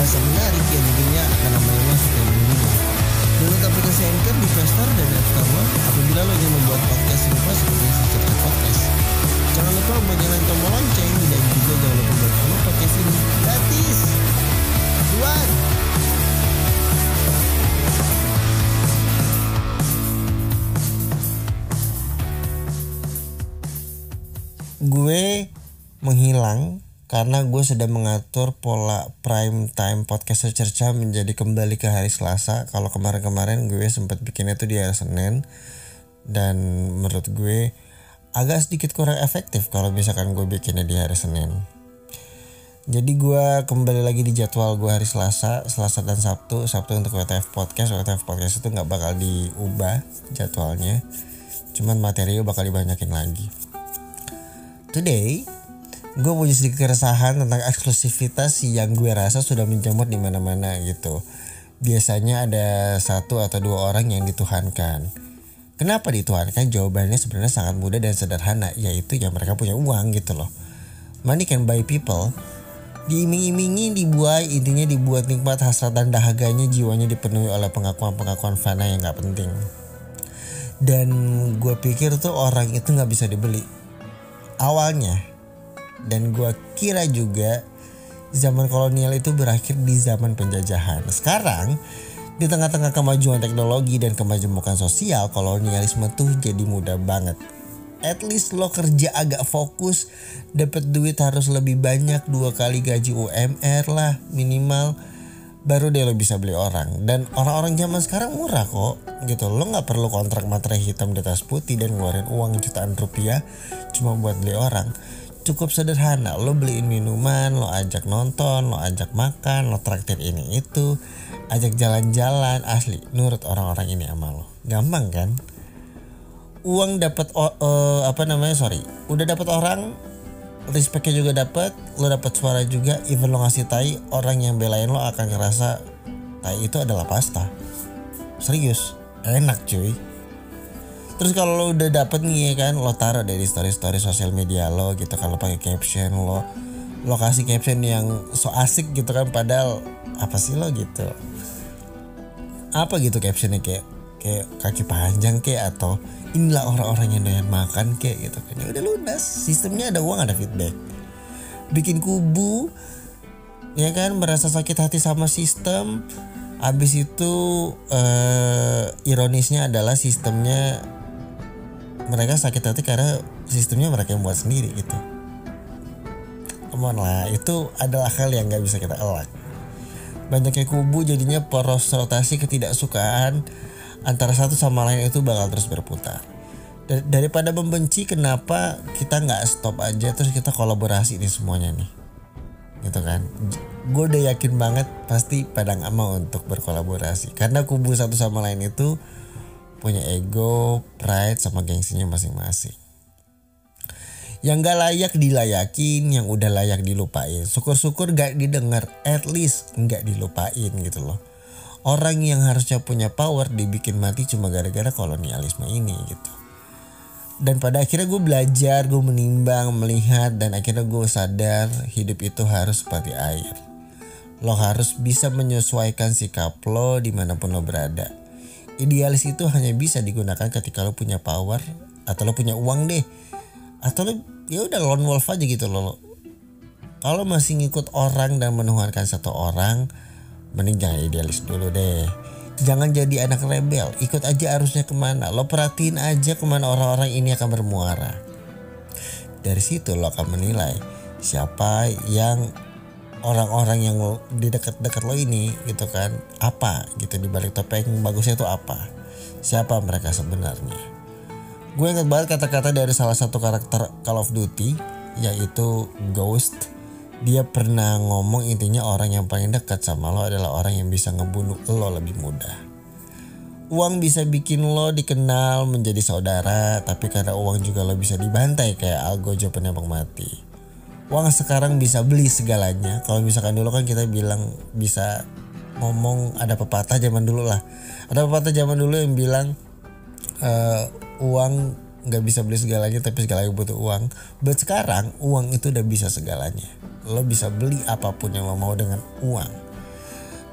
pembahasan menarik yang tentunya akan namanya masuk ke dunia. Download aplikasi Anchor di Play Store dan App Store apabila lo ingin membuat podcast serupa seperti Cerita Podcast. Jangan lupa buat nyalain tombol lonceng dan juga jangan lupa buat follow podcast ini gratis. Tuan. Gue menghilang karena gue sedang mengatur pola prime time podcast Secerca menjadi kembali ke hari Selasa. Kalau kemarin-kemarin gue sempat bikinnya tuh di hari Senin, dan menurut gue agak sedikit kurang efektif kalau misalkan gue bikinnya di hari Senin. Jadi gue kembali lagi di jadwal gue hari Selasa dan Sabtu untuk WTF Podcast. WTF Podcast itu gak bakal diubah jadwalnya, cuman materinya bakal dibanyakin lagi. Today, gue punya sedikit keresahan tentang eksklusivitas yang gue rasa sudah menjamur di mana-mana gitu. Biasanya ada 1 atau 2 orang yang dituhankan. Kenapa dituhankan? Jawabannya sebenarnya sangat mudah dan sederhana, yaitu ya mereka punya uang gitu loh. Money can buy people. Diiming-imingi, dibuai, intinya dibuat nikmat hasrat dan dahaganya, jiwanya dipenuhi oleh pengakuan-pengakuan fana yang gak penting. Dan gue pikir tuh orang itu gak bisa dibeli awalnya, dan gue kira juga zaman kolonial itu berakhir di zaman penjajahan. Sekarang di tengah-tengah kemajuan teknologi dan kemajemukan sosial, kolonialisme tuh jadi mudah banget. At least lo kerja agak fokus, dapat duit harus lebih banyak, 2 kali gaji UMR lah minimal, baru deh lo bisa beli orang. Dan orang-orang zaman sekarang murah kok gitu. Lo gak perlu kontrak materai hitam di atas putih dan ngeluarin uang jutaan rupiah cuma buat beli orang. Cukup sederhana, lo beliin minuman, lo ajak nonton, lo ajak makan, lo traktir ini itu, ajak jalan-jalan, asli nurut orang-orang ini sama lo. Gampang kan? Uang dapat udah dapat orang, respectnya juga dapat, lo dapat suara juga. Even lo ngasih tai, orang yang belain lo akan ngerasa tai itu adalah pasta. Serius, enak cuy. Terus kalau lo udah dapet nih ya kan, lo taruh deh di story sosial media lo gitu. Kalau pakai caption lo kasih caption yang so asik gitu kan, padahal apa sih lo gitu. Apa gitu captionnya, kayak kaki panjang kayak, atau inilah orang-orang yang doyan makan kayak gitu kan. Ya udah lunas, sistemnya ada uang ada feedback. Bikin kubu ya kan, merasa sakit hati sama sistem. Habis itu ironisnya adalah sistemnya, mereka sakit hati karena sistemnya mereka yang buat sendiri gitu. Come on lah, itu adalah hal yang gak bisa kita elak. Banyaknya kubu jadinya poros rotasi ketidaksukaan antara satu sama lain itu bakal terus berputar. Daripada membenci, kenapa kita gak stop aja terus kita kolaborasi nih semuanya nih gitu kan. Gue udah yakin banget pasti pada gak mau untuk berkolaborasi, karena kubu satu sama lain itu punya ego, pride, sama gengsinya masing-masing. Yang gak layak dilayakin, yang udah layak dilupain. Syukur-syukur gak didengar, at least gak dilupain gitu loh. Orang yang harusnya punya power dibikin mati cuma gara-gara kolonialisme ini gitu. Dan pada akhirnya gue belajar, gue menimbang, melihat, dan akhirnya gue sadar hidup itu harus seperti air. Lo harus bisa menyesuaikan sikap lo dimanapun lo berada. Idealis itu hanya bisa digunakan ketika lo punya power, atau lo punya uang deh, atau lo ya udah lone wolf aja gitu lo. Kalau masih ngikut orang dan menuhankan satu orang, mending jangan idealis dulu deh. Jangan jadi anak rebel, ikut aja arusnya kemana. Lo perhatiin aja kemana orang-orang ini akan bermuara. Dari situ lo akan menilai siapa yang orang-orang yang di dekat-dekat lo ini gitu kan, apa gitu di balik topeng bagusnya itu apa, siapa mereka sebenarnya. Gue ingat banget kata-kata dari salah satu karakter Call of Duty, yaitu Ghost. Dia pernah ngomong intinya orang yang paling dekat sama lo adalah orang yang bisa ngebunuh lo lebih mudah. Uang bisa bikin lo dikenal menjadi saudara, tapi karena uang juga lo bisa dibantai kayak Algojo penembak mati. Uang sekarang bisa beli segalanya. Kalau misalkan dulu kan kita bilang bisa ngomong, ada pepatah zaman dulu lah. Ada pepatah zaman dulu yang bilang uang gak bisa beli segalanya, tapi segalanya butuh uang. But sekarang uang itu udah bisa segalanya. Lo bisa beli apapun yang lo mau dengan uang.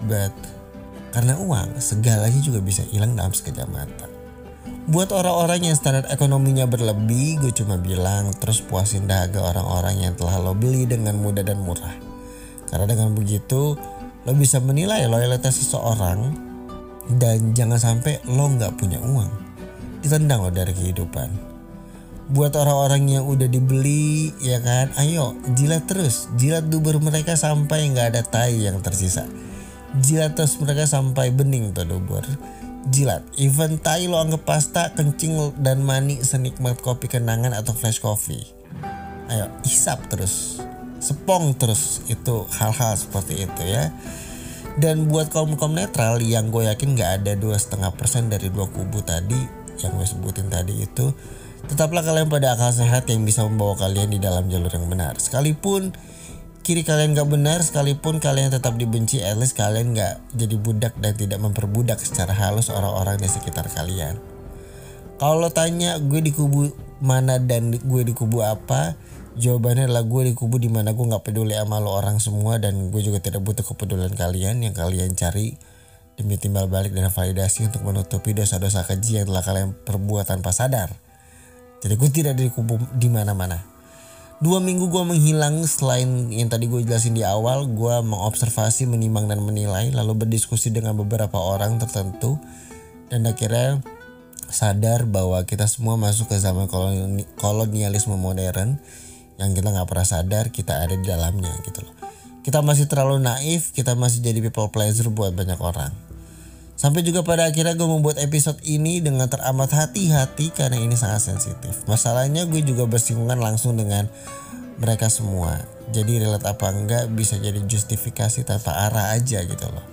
but karena uang segalanya juga bisa hilang dalam sekejap mata. Buat orang-orang yang standar ekonominya berlebih, gue cuma bilang terus puasin dahaga orang-orang yang telah lo beli dengan mudah dan murah. Karena dengan begitu lo bisa menilai loyalitas seseorang, dan jangan sampai lo gak punya uang ditendang lo dari kehidupan. Buat orang-orang yang udah dibeli, ya kan, ayo jilat terus, jilat dubur mereka sampai gak ada tai yang tersisa. Jilat terus mereka sampai bening tuh dubur. Jilat, even tai lo anggap pasta, kencing dan mani senikmat kopi kenangan atau flash coffee. Ayo isap terus, sepong terus, itu hal-hal seperti itu ya. Dan buat kaum netral yang gue yakin gak ada 2,5% dari dua kubu tadi yang gue sebutin tadi itu, tetaplah kalian pada akal sehat yang bisa membawa kalian di dalam jalur yang benar. Sekalipun kiri kalian gak benar, sekalipun kalian tetap dibenci, at least kalian gak jadi budak dan tidak memperbudak secara halus orang-orang di sekitar kalian. Kalau lo tanya gue di kubu mana dan gue di kubu apa, jawabannya adalah gue di kubu dimana gue gak peduli sama lo orang semua, dan gue juga tidak butuh kepedulian kalian yang kalian cari demi timbal balik dan validasi untuk menutupi dosa-dosa keji yang telah kalian perbuat tanpa sadar. Jadi gue tidak di kubu di mana-mana. 2 minggu gue menghilang, selain yang tadi gue jelasin di awal, gue mengobservasi, menimbang dan menilai, lalu berdiskusi dengan beberapa orang tertentu, dan akhirnya sadar bahwa kita semua masuk ke zaman kolonialisme modern yang kita gak pernah sadar kita ada di dalamnya gitu loh. Kita masih terlalu naif, kita masih jadi people pleaser buat banyak orang. Sampai juga pada akhirnya gue membuat episode ini dengan teramat hati-hati karena ini sangat sensitif. Masalahnya gue juga bersinggungan langsung dengan mereka semua. Jadi relate apa enggak bisa jadi justifikasi tanpa arah aja gitu loh.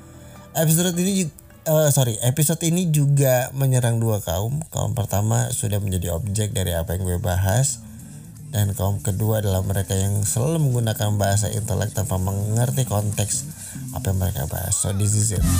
Episode ini juga menyerang dua kaum. Kaum pertama sudah menjadi objek dari apa yang gue bahas, dan kaum kedua adalah mereka yang selalu menggunakan bahasa intelek tanpa mengerti konteks apa yang mereka bahas. So this is it.